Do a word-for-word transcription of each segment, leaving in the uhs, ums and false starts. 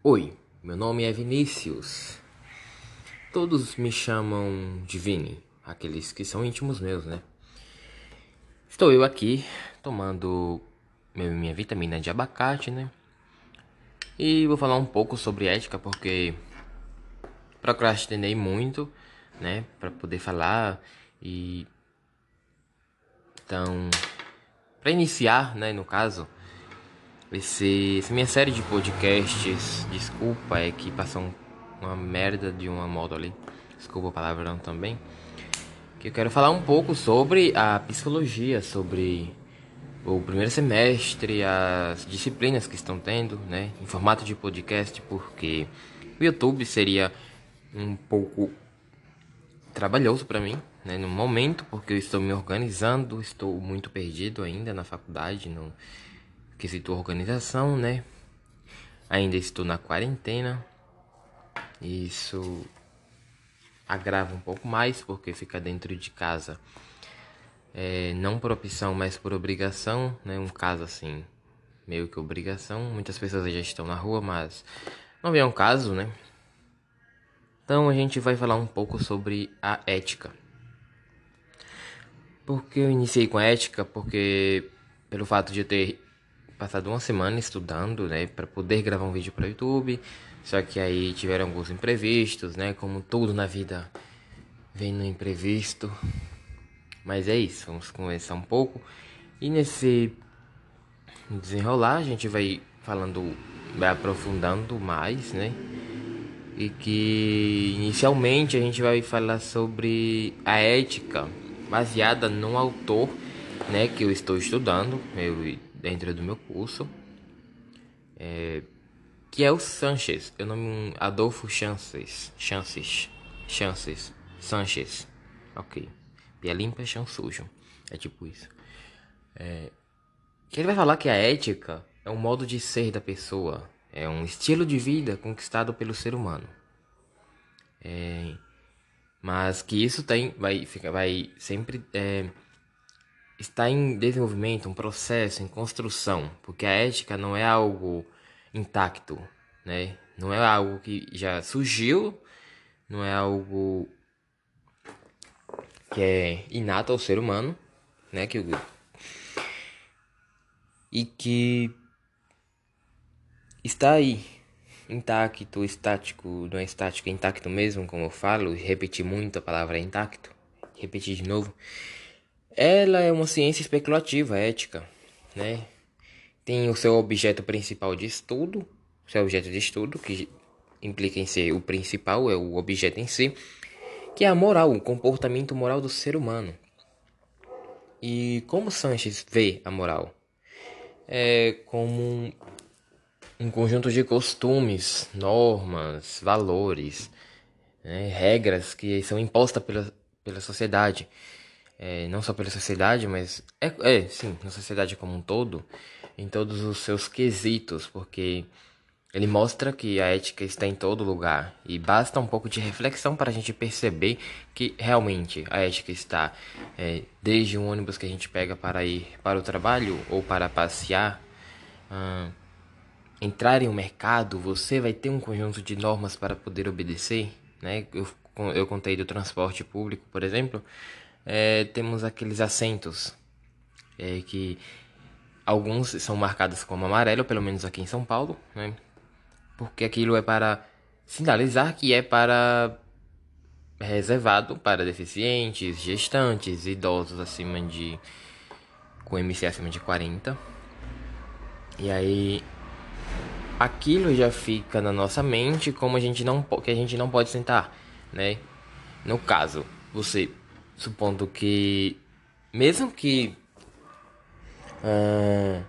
Oi, meu nome é Vinícius. Todos me chamam de Vini, aqueles que são íntimos meus, né? Estou eu aqui tomando meu- minha vitamina de abacate, né? E vou falar um pouco sobre ética porque procrastinei muito, né? Para poder falar e então, para iniciar, né? No caso, esse, essa minha série de podcasts, desculpa, é que passou um- uma merda de uma moto ali. Desculpa o palavrão também. Que eu quero falar um pouco sobre a psicologia, sobre o primeiro semestre, as disciplinas que estão tendo, né, em formato de podcast, porque o YouTube seria um pouco trabalhoso para mim, né, no momento, porque eu estou me organizando, estou muito perdido ainda na faculdade, no quesito organização, né? Ainda estou na quarentena. Isso agrava um pouco mais porque fica dentro de casa. É, não por opção, mas por obrigação, né? Um caso assim, meio que obrigação. Muitas pessoas já estão na rua, mas não é um caso, né? Então a gente vai falar um pouco sobre a ética. Por que eu iniciei com a ética? Porque pelo fato de eu ter passado uma semana estudando, né, para poder gravar um vídeo para o YouTube. Só que aí tiveram alguns imprevistos, né? Como tudo na vida vem no imprevisto. Mas é isso, vamos conversar um pouco. E nesse desenrolar, a gente vai falando, vai aprofundando mais, né? E que inicialmente a gente vai falar sobre a ética baseada num autor, né, que eu estou estudando, eu, dentro do meu curso, é, que é o Sanches, eu não Adolfo Chances, Chances, Chances, Sanches, ok, pia limpa, chão sujo, é tipo isso. Que ele vai falar que a ética é um modo de ser da pessoa, é um estilo de vida conquistado pelo ser humano. É, mas que isso tem, vai, fica, vai sempre é, estar em desenvolvimento, um processo, em construção, porque a ética não é algo intacto, né? Não é algo que já surgiu, não é algo que é inato ao ser humano, né? Que, e que está aí, intacto, estático, não é estático, é intacto mesmo, como eu falo, repetir muito a palavra intacto, repetir de novo. Ela é uma ciência especulativa, ética, né? Tem o seu objeto principal de estudo, seu objeto de estudo, que implica em ser o principal, é o objeto em si, que é a moral, o comportamento moral do ser humano. E como Sanches vê a moral? É como um um conjunto de costumes, normas, valores, né, regras que são impostas pela, pela sociedade. É, não só pela sociedade, mas é, é, sim, na sociedade como um todo, em todos os seus quesitos, porque ele mostra que a ética está em todo lugar e basta um pouco de reflexão para a gente perceber que realmente a ética está é, desde um ônibus que a gente pega para ir para o trabalho ou para passear. ah, Entrar em um mercado, você vai ter um conjunto de normas para poder obedecer, né? Eu, eu contei do transporte público, por exemplo, é, temos aqueles assentos é, que alguns são marcados como amarelo, pelo menos aqui em São Paulo, né? Porque aquilo é para sinalizar que é para reservado para deficientes, gestantes, idosos acima de com M C acima de quarenta. E aí aquilo já fica na nossa mente como a gente não que a gente não pode sentar, né? No caso, você supondo que mesmo que ah,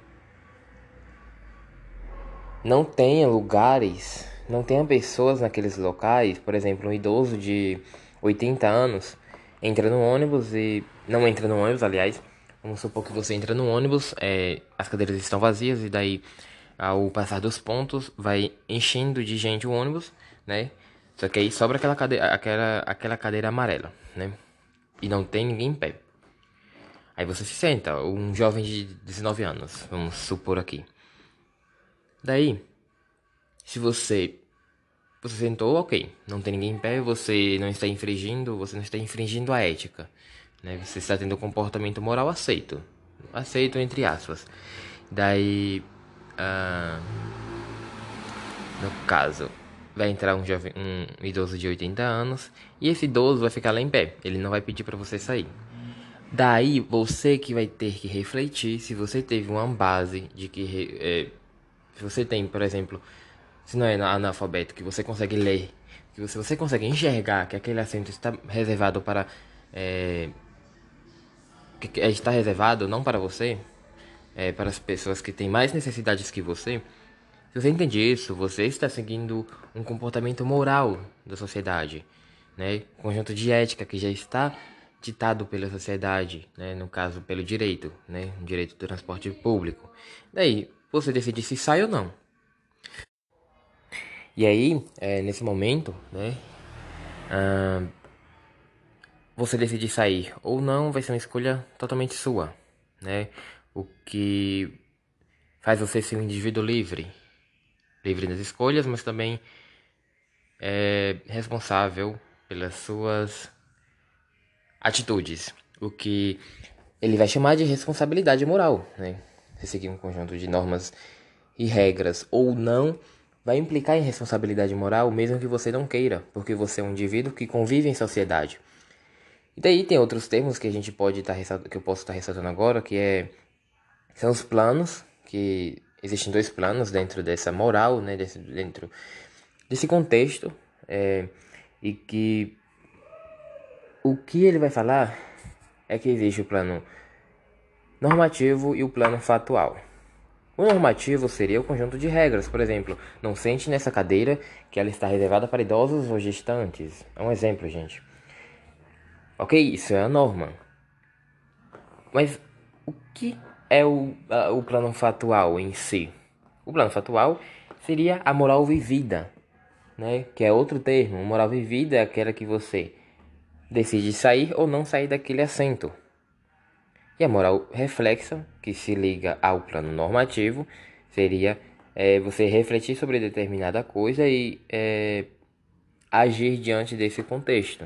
não tenha lugares, não tenha pessoas naqueles locais, por exemplo, um idoso de oitenta anos entra no ônibus e não entra no ônibus, aliás, vamos supor que você entra no ônibus, é, as cadeiras estão vazias e daí ao passar dos pontos vai enchendo de gente o ônibus, né? Só que aí sobra aquela cadeira, aquela, aquela cadeira amarela, né? E não tem ninguém em pé. Aí você se senta, um jovem de dezenove anos, vamos supor aqui. Daí Se você você sentou, ok, não tem ninguém em pé, você não está infringindo, você não está infringindo a ética, né? Você está tendo um comportamento moral aceito, aceito entre aspas. Daí, ah, no caso, vai entrar um jovem, um idoso de oitenta anos e esse idoso vai ficar lá em pé. Ele não vai pedir para você sair. Daí, você que vai ter que refletir se você teve uma base de que é, se você tem, por exemplo, se não é analfabeto, que você consegue ler, que você, você consegue enxergar que aquele assento está reservado para é, que está reservado não para você, é, para as pessoas que têm mais necessidades que você. Se você entende isso, você está seguindo um comportamento moral da sociedade, né? Um conjunto de ética que já está ditado pela sociedade, né? No caso, pelo direito, né? O direito do transporte público. Daí, você decide se sai ou não. E aí, é, nesse momento, né? Ah, você decide sair ou não vai ser uma escolha totalmente sua, né? O que faz você ser um indivíduo livre, livre nas escolhas, mas também é responsável pelas suas atitudes, o que ele vai chamar de responsabilidade moral, né? Você seguir um conjunto de normas e regras ou não vai implicar em responsabilidade moral, mesmo que você não queira, porque você é um indivíduo que convive em sociedade. E daí tem outros termos que a gente pode estar tá, que eu posso estar tá ressaltando agora, que é são os planos, que existem dois planos dentro dessa moral, né, desse, dentro desse contexto, é, e que o que ele vai falar é que existe o plano normativo e o plano fatual. O normativo seria o conjunto de regras, por exemplo, não sente nessa cadeira que ela está reservada para idosos ou gestantes. É um exemplo, gente. Ok, isso é a norma. Mas o que é o, a, o plano fatual em si? O plano fatual seria a moral vivida, né? Que é outro termo. Moral vivida é aquela que você decide sair ou não sair daquele assento. E a moral reflexa, que se liga ao plano normativo, seria é, você refletir sobre determinada coisa e é, agir diante desse contexto,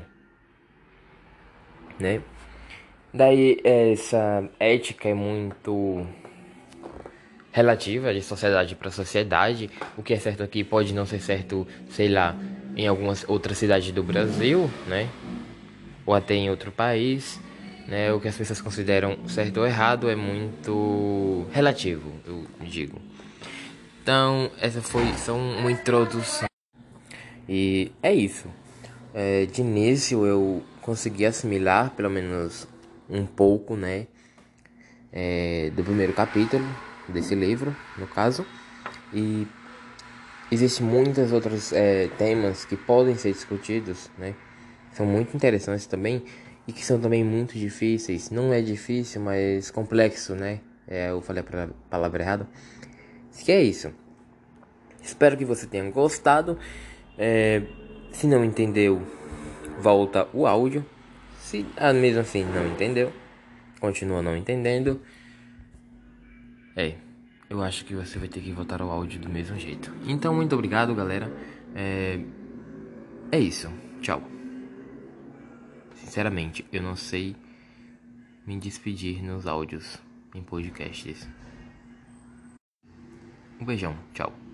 né? Daí essa ética é muito relativa de sociedade para sociedade. O que é certo aqui pode não ser certo, sei lá, em algumas outras cidades do Brasil, né? Ou até em outro país, né? O que as pessoas consideram certo ou errado é muito relativo, eu digo. Então, essa foi só uma introdução. E é isso. É, de início eu consegui assimilar, pelo menos um pouco, né? É, do primeiro capítulo desse livro, no caso. E existem muitos outros é, temas que podem ser discutidos, né? São muito interessantes também e que são também muito difíceis. Não é difícil, mas complexo, né? É, eu falei a palavra errada. Que é isso. Espero que você tenha gostado. É, se não entendeu, volta o áudio. Se ah, mesmo assim não entendeu, continua não entendendo. É, eu acho que você vai ter que voltar ao áudio do mesmo jeito. Então, muito obrigado, galera. É, é isso. Tchau. Sinceramente, eu não sei me despedir nos áudios em podcasts. Um beijão. Tchau.